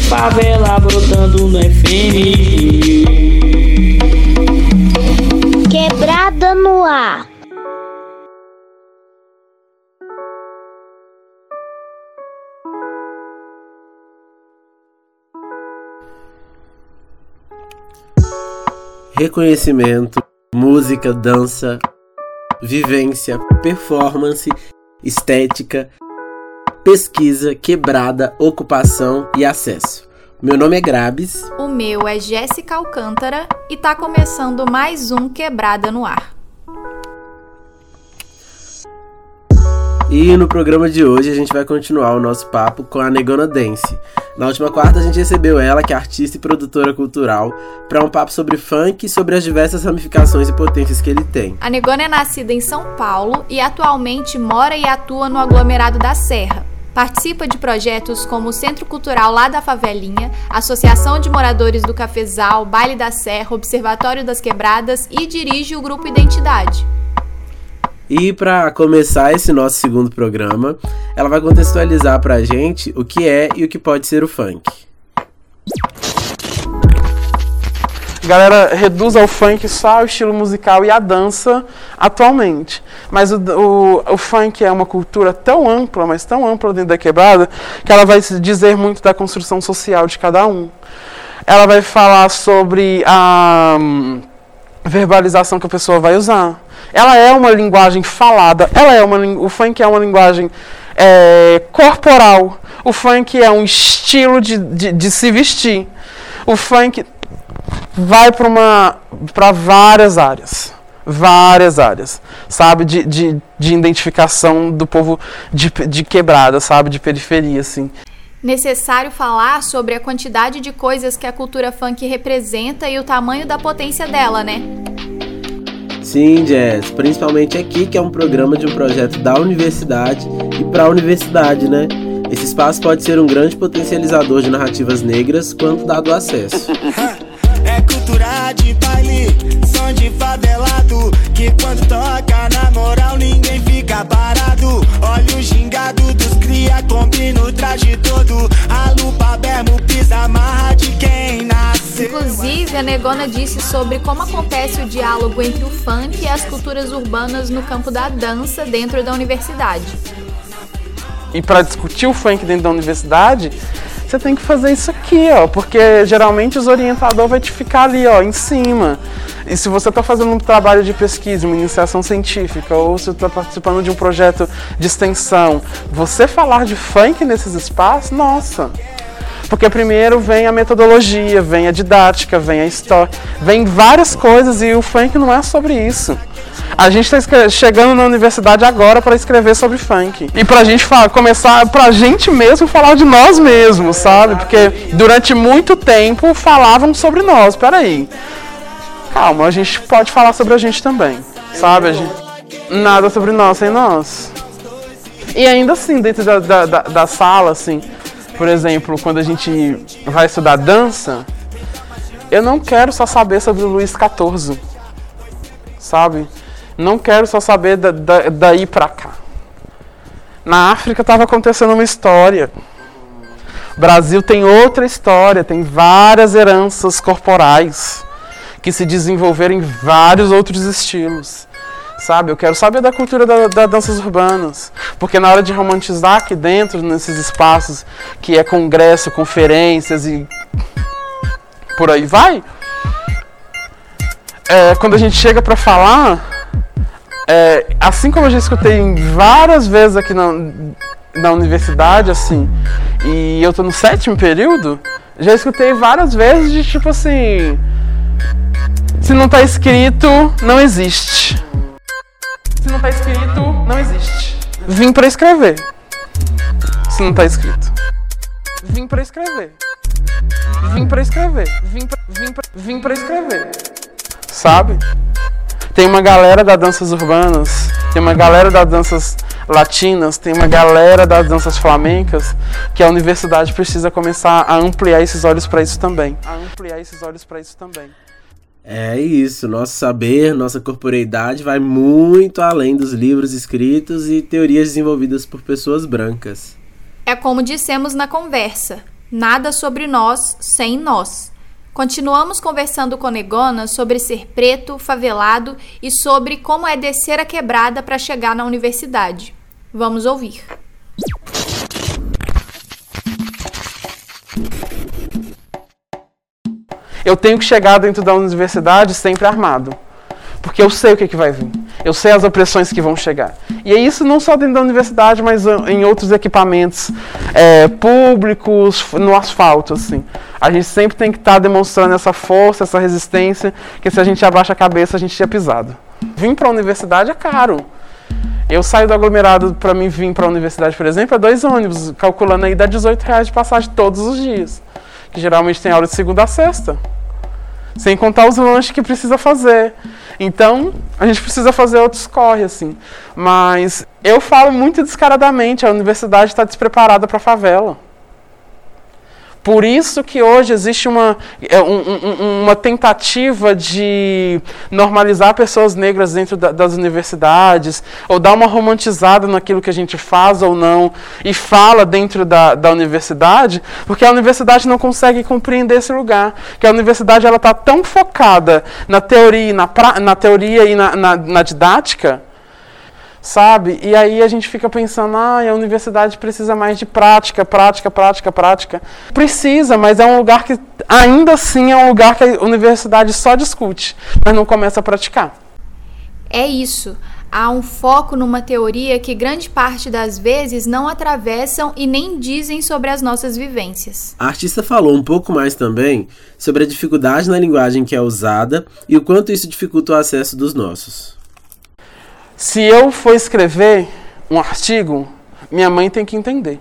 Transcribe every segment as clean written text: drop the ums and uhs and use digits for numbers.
favela brotando no FM. Quebrada no ar. Reconhecimento, música, dança, vivência, performance, estética, pesquisa, quebrada, ocupação e acesso. Meu nome é Grabes. O meu é Jéssica Alcântara e tá começando mais um Quebrada no Ar. E no programa de hoje a gente vai continuar o nosso papo com a Negona Dance. Na última quarta a gente recebeu ela, que é artista e produtora cultural, para um papo sobre funk e sobre as diversas ramificações e potências que ele tem. A Negona é nascida em São Paulo e atualmente mora e atua no aglomerado da Serra. Participa de projetos como o Centro Cultural lá da Favelinha, Associação de Moradores do Cafezal, Baile da Serra, Observatório das Quebradas e dirige o Grupo Identidade. E para começar esse nosso segundo programa, ela vai contextualizar pra gente o que é e o que pode ser o funk. Galera reduz ao funk só o estilo musical e a dança atualmente. Mas o funk é uma cultura tão ampla, mas tão ampla dentro da quebrada, que ela vai dizer muito da construção social de cada um. Ela vai falar sobre a verbalização que a pessoa vai usar. Ela é uma linguagem falada, o funk é uma linguagem corporal. O funk é um estilo de se vestir. O funk vai para várias áreas, sabe, de identificação do povo de quebrada, sabe, de periferia, assim. Necessário falar sobre a quantidade de coisas que a cultura funk representa e o tamanho da potência dela, né? Sim, Jess, principalmente aqui, que é um programa de um projeto da universidade e para a universidade, né? Esse espaço pode ser um grande potencializador de narrativas negras quanto dado acesso. É cultura de baile, som de favelado, que quando toca na moral ninguém fica parado. Olha o gingado dos cria, combina o traje todo, a lupa, bermo, pisa, amarra de quem nasceu. Inclusive, a Negona disse sobre como acontece o diálogo entre o funk e as culturas urbanas no campo da dança dentro da universidade. E para discutir o funk dentro da universidade, você tem que fazer isso aqui, ó, porque geralmente os orientadores vão te ficar ali, ó, em cima. E se você está fazendo um trabalho de pesquisa, uma iniciação científica, ou se está participando de um projeto de extensão, você falar de funk nesses espaços, nossa! Porque primeiro vem a metodologia, vem a didática, vem a história, vem várias coisas e o funk não é sobre isso. A gente está chegando na universidade agora para escrever sobre funk. E pra gente começar, pra gente mesmo falar de nós mesmos, sabe? Porque durante muito tempo falavam sobre nós. Peraí. Calma, a gente pode falar sobre a gente também, sabe? Nada sobre nós sem nós. E ainda assim, dentro da sala, assim, por exemplo, quando a gente vai estudar dança, eu não quero só saber sobre o Luís XIV, sabe? Não quero só saber daí pra cá. Na África estava acontecendo uma história. O Brasil tem outra história, tem várias heranças corporais que se desenvolveram em vários outros estilos. Sabe, eu quero saber da cultura das danças urbanas, porque na hora de romantizar aqui dentro, nesses espaços que é congresso, conferências e por aí vai, quando a gente chega para falar, assim como eu já escutei várias vezes aqui na universidade, assim, e eu tô no 7º período, já escutei várias vezes de tipo assim, se não tá escrito, não existe. Se não tá escrito, não existe. Vim pra escrever. Se não tá escrito. Vim pra escrever. Vim pra escrever. Vim pra escrever. Sabe? Tem uma galera das danças urbanas, tem uma galera das danças latinas, tem uma galera das danças flamencas que a universidade precisa começar a ampliar esses olhos para isso também. É isso, nosso saber, nossa corporeidade vai muito além dos livros escritos e teorias desenvolvidas por pessoas brancas. É como dissemos na conversa, Nada sobre nós sem nós. Continuamos conversando com Negona sobre ser preto, favelado e sobre como é descer a quebrada para chegar na universidade. Vamos ouvir. Eu tenho que chegar dentro da universidade sempre armado, porque eu sei o que vai vir. Eu sei as opressões que vão chegar. E é isso não só dentro da universidade, mas em outros equipamentos públicos, no asfalto, assim. A gente sempre tem que estar demonstrando essa força, essa resistência, que se a gente abaixa a cabeça, a gente tinha pisado. Vir para a universidade é caro. Eu saio do aglomerado para mim vir para a universidade, por exemplo, é 2 ônibus, calculando aí dá R$18 de passagem todos os dias, que geralmente tem aula de segunda a sexta. Sem contar os lanches que precisa fazer. Então, a gente precisa fazer outros corre, assim. Mas eu falo muito descaradamente, a universidade está despreparada para a favela. Por isso que hoje existe uma tentativa de normalizar pessoas negras dentro das universidades, ou dar uma romantizada naquilo que a gente faz ou não, e fala dentro da universidade, porque a universidade não consegue compreender esse lugar. Que a universidade está tão focada na teoria, na teoria e na didática, sabe? E aí a gente fica pensando, a universidade precisa mais de prática. Precisa, mas é um lugar que, ainda assim, é um lugar que a universidade só discute, mas não começa a praticar. É isso. Há um foco numa teoria que grande parte das vezes não atravessam e nem dizem sobre as nossas vivências. A artista falou um pouco mais também sobre a dificuldade na linguagem que é usada e o quanto isso dificulta o acesso dos nossos. Se eu for escrever um artigo, minha mãe tem que entender.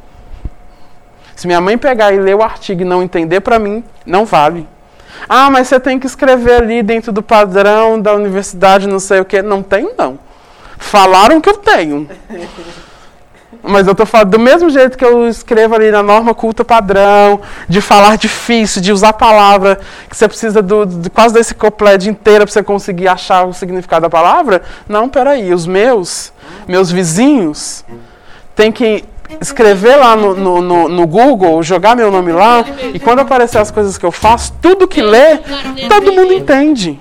Se minha mãe pegar e ler o artigo e não entender, para mim, não vale. Mas você tem que escrever ali dentro do padrão da universidade, não sei o quê. Não tem, não. Falaram que eu tenho. Mas eu estou falando do mesmo jeito que eu escrevo ali na norma culta padrão, de falar difícil, de usar palavra, que você precisa de quase desse completo inteiro para você conseguir achar o significado da palavra. Não, peraí, os meus vizinhos têm que escrever lá no Google, jogar meu nome lá, e quando aparecer as coisas que eu faço, tudo que lê, todo mundo entende.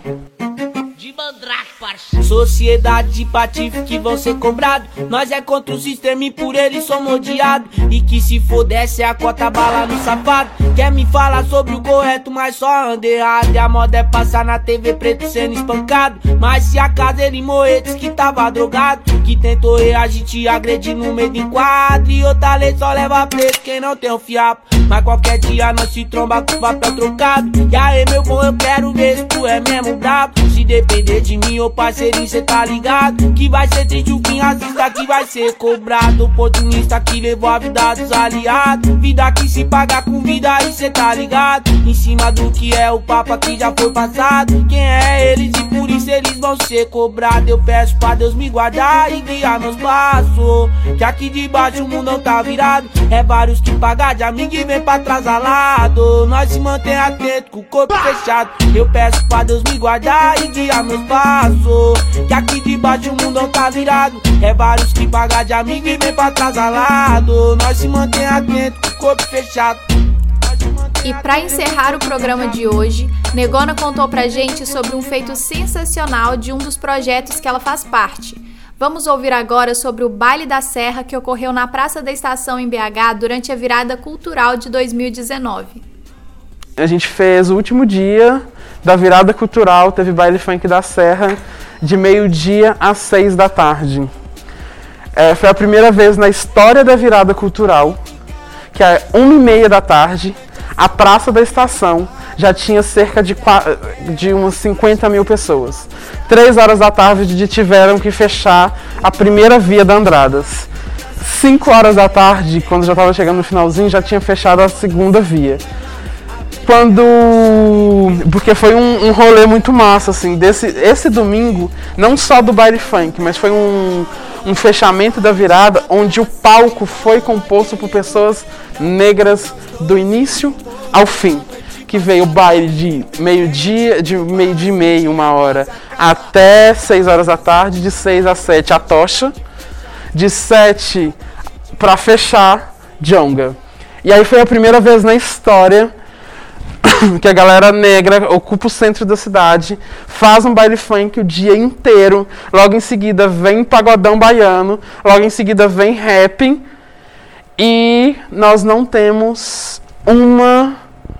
Sociedade de patife que vão ser cobrados. Nós é contra o sistema e por ele somos odiados. E que se for desce a cota bala no safado. Quer me falar sobre o correto, mas só anda errado. E a moda é passar na TV preto sendo espancado. Mas se a casa ele morrer, diz que tava drogado. Que tentou reagir, te agredir no meio do enquadro. E outra lei só leva preso quem não tem um fiapo. Mas qualquer dia nós se tromba com papel trocado. E aí meu bom, eu quero ver se tu é mesmo brabo. Se depender de mim, ô parceirinho, cê tá ligado que vai ser triste o fim racista que vai ser cobrado. Oportunista que levou a vida dos aliados. Vida que se paga com vida e cê tá ligado. Em cima do que é o papo que já foi passado. Quem é eles e por isso eles vão ser cobrados. Eu peço pra Deus me guardar e guiar meus passos. Que aqui debaixo o mundo não tá virado. É vários que pagam de amigo e vem pra trás alado. Nós se mantém atento com o corpo fechado. Eu peço pra Deus me guardar e guiar meus passos. Que aqui debaixo o mundo não tá virado. É vários que pagam de amigo e vem pra trás alado. Nós se mantém atento com o corpo fechado. E para encerrar o programa de hoje, Negona contou pra gente sobre um feito sensacional de um dos projetos que ela faz parte. Vamos ouvir agora sobre o Baile da Serra que ocorreu na Praça da Estação em BH durante a virada cultural de 2019. A gente fez o último dia da virada cultural, teve baile funk da Serra de 12h às 6h. Foi a primeira vez na história da virada cultural que às 1h30 a Praça da Estação já tinha cerca de umas 50 mil pessoas. 3h tiveram que fechar a primeira via da Andradas. 5h, quando já estava chegando no finalzinho, já tinha fechado a segunda via. Porque foi um rolê muito massa, assim, esse domingo, não só do baile funk, mas foi um fechamento da virada, onde o palco foi composto por pessoas negras do início ao fim. Que veio o baile de meio-dia e meia, 1h, até 6h, de 6 às 7 a tocha, de 7 para fechar, jonga. E aí foi a primeira vez na história que a galera negra ocupa o centro da cidade, faz um baile funk o dia inteiro, logo em seguida vem pagodão baiano, logo em seguida vem rap, e nós não temos uma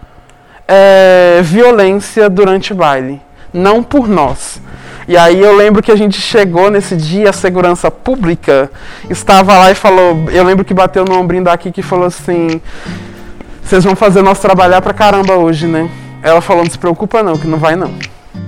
violência durante o baile, não por nós. E aí eu lembro que a gente chegou nesse dia, a segurança pública estava lá e falou, eu lembro que bateu no ombrinho daqui que falou assim: vocês vão fazer nós trabalhar pra caramba hoje, né? Ela falou, não se preocupa não, que não vai não.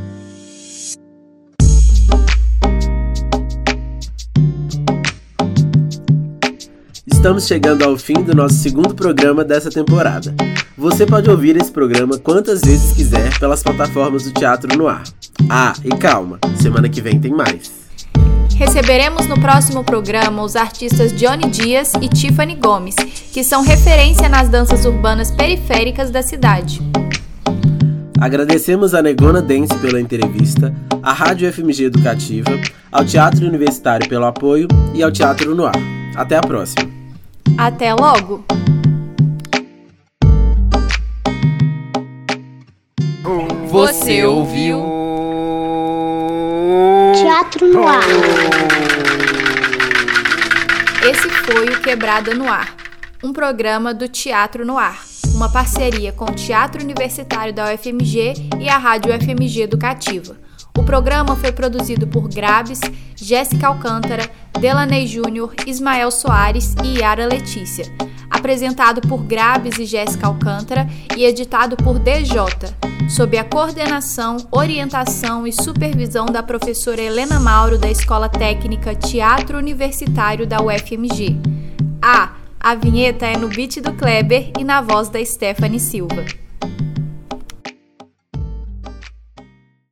Estamos chegando ao fim do nosso segundo programa dessa temporada. Você pode ouvir esse programa quantas vezes quiser pelas plataformas do Teatro no Ar. Ah, e calma, semana que vem tem mais. Receberemos no próximo programa os artistas Johnny Dias e Tiffany Gomes, que são referência nas danças urbanas periféricas da cidade. Agradecemos a Negona Dance pela entrevista, à Rádio FMG Educativa, ao Teatro Universitário pelo apoio e ao Teatro no Ar. Até a próxima. Até logo! Você ouviu? Teatro no Ar. Esse foi o Quebrada no Ar, um programa do Teatro no Ar, uma parceria com o Teatro Universitário da UFMG e a Rádio UFMG Educativa. O programa foi produzido por Grabes, Jéssica Alcântara, Delaney Júnior, Ismael Soares e Yara Letícia. Apresentado por Grabes e Jéssica Alcântara e editado por DJ, sob a coordenação, orientação e supervisão da professora Helena Mauro da Escola Técnica Teatro Universitário da UFMG. A vinheta é no beat do Kleber e na voz da Stephanie Silva.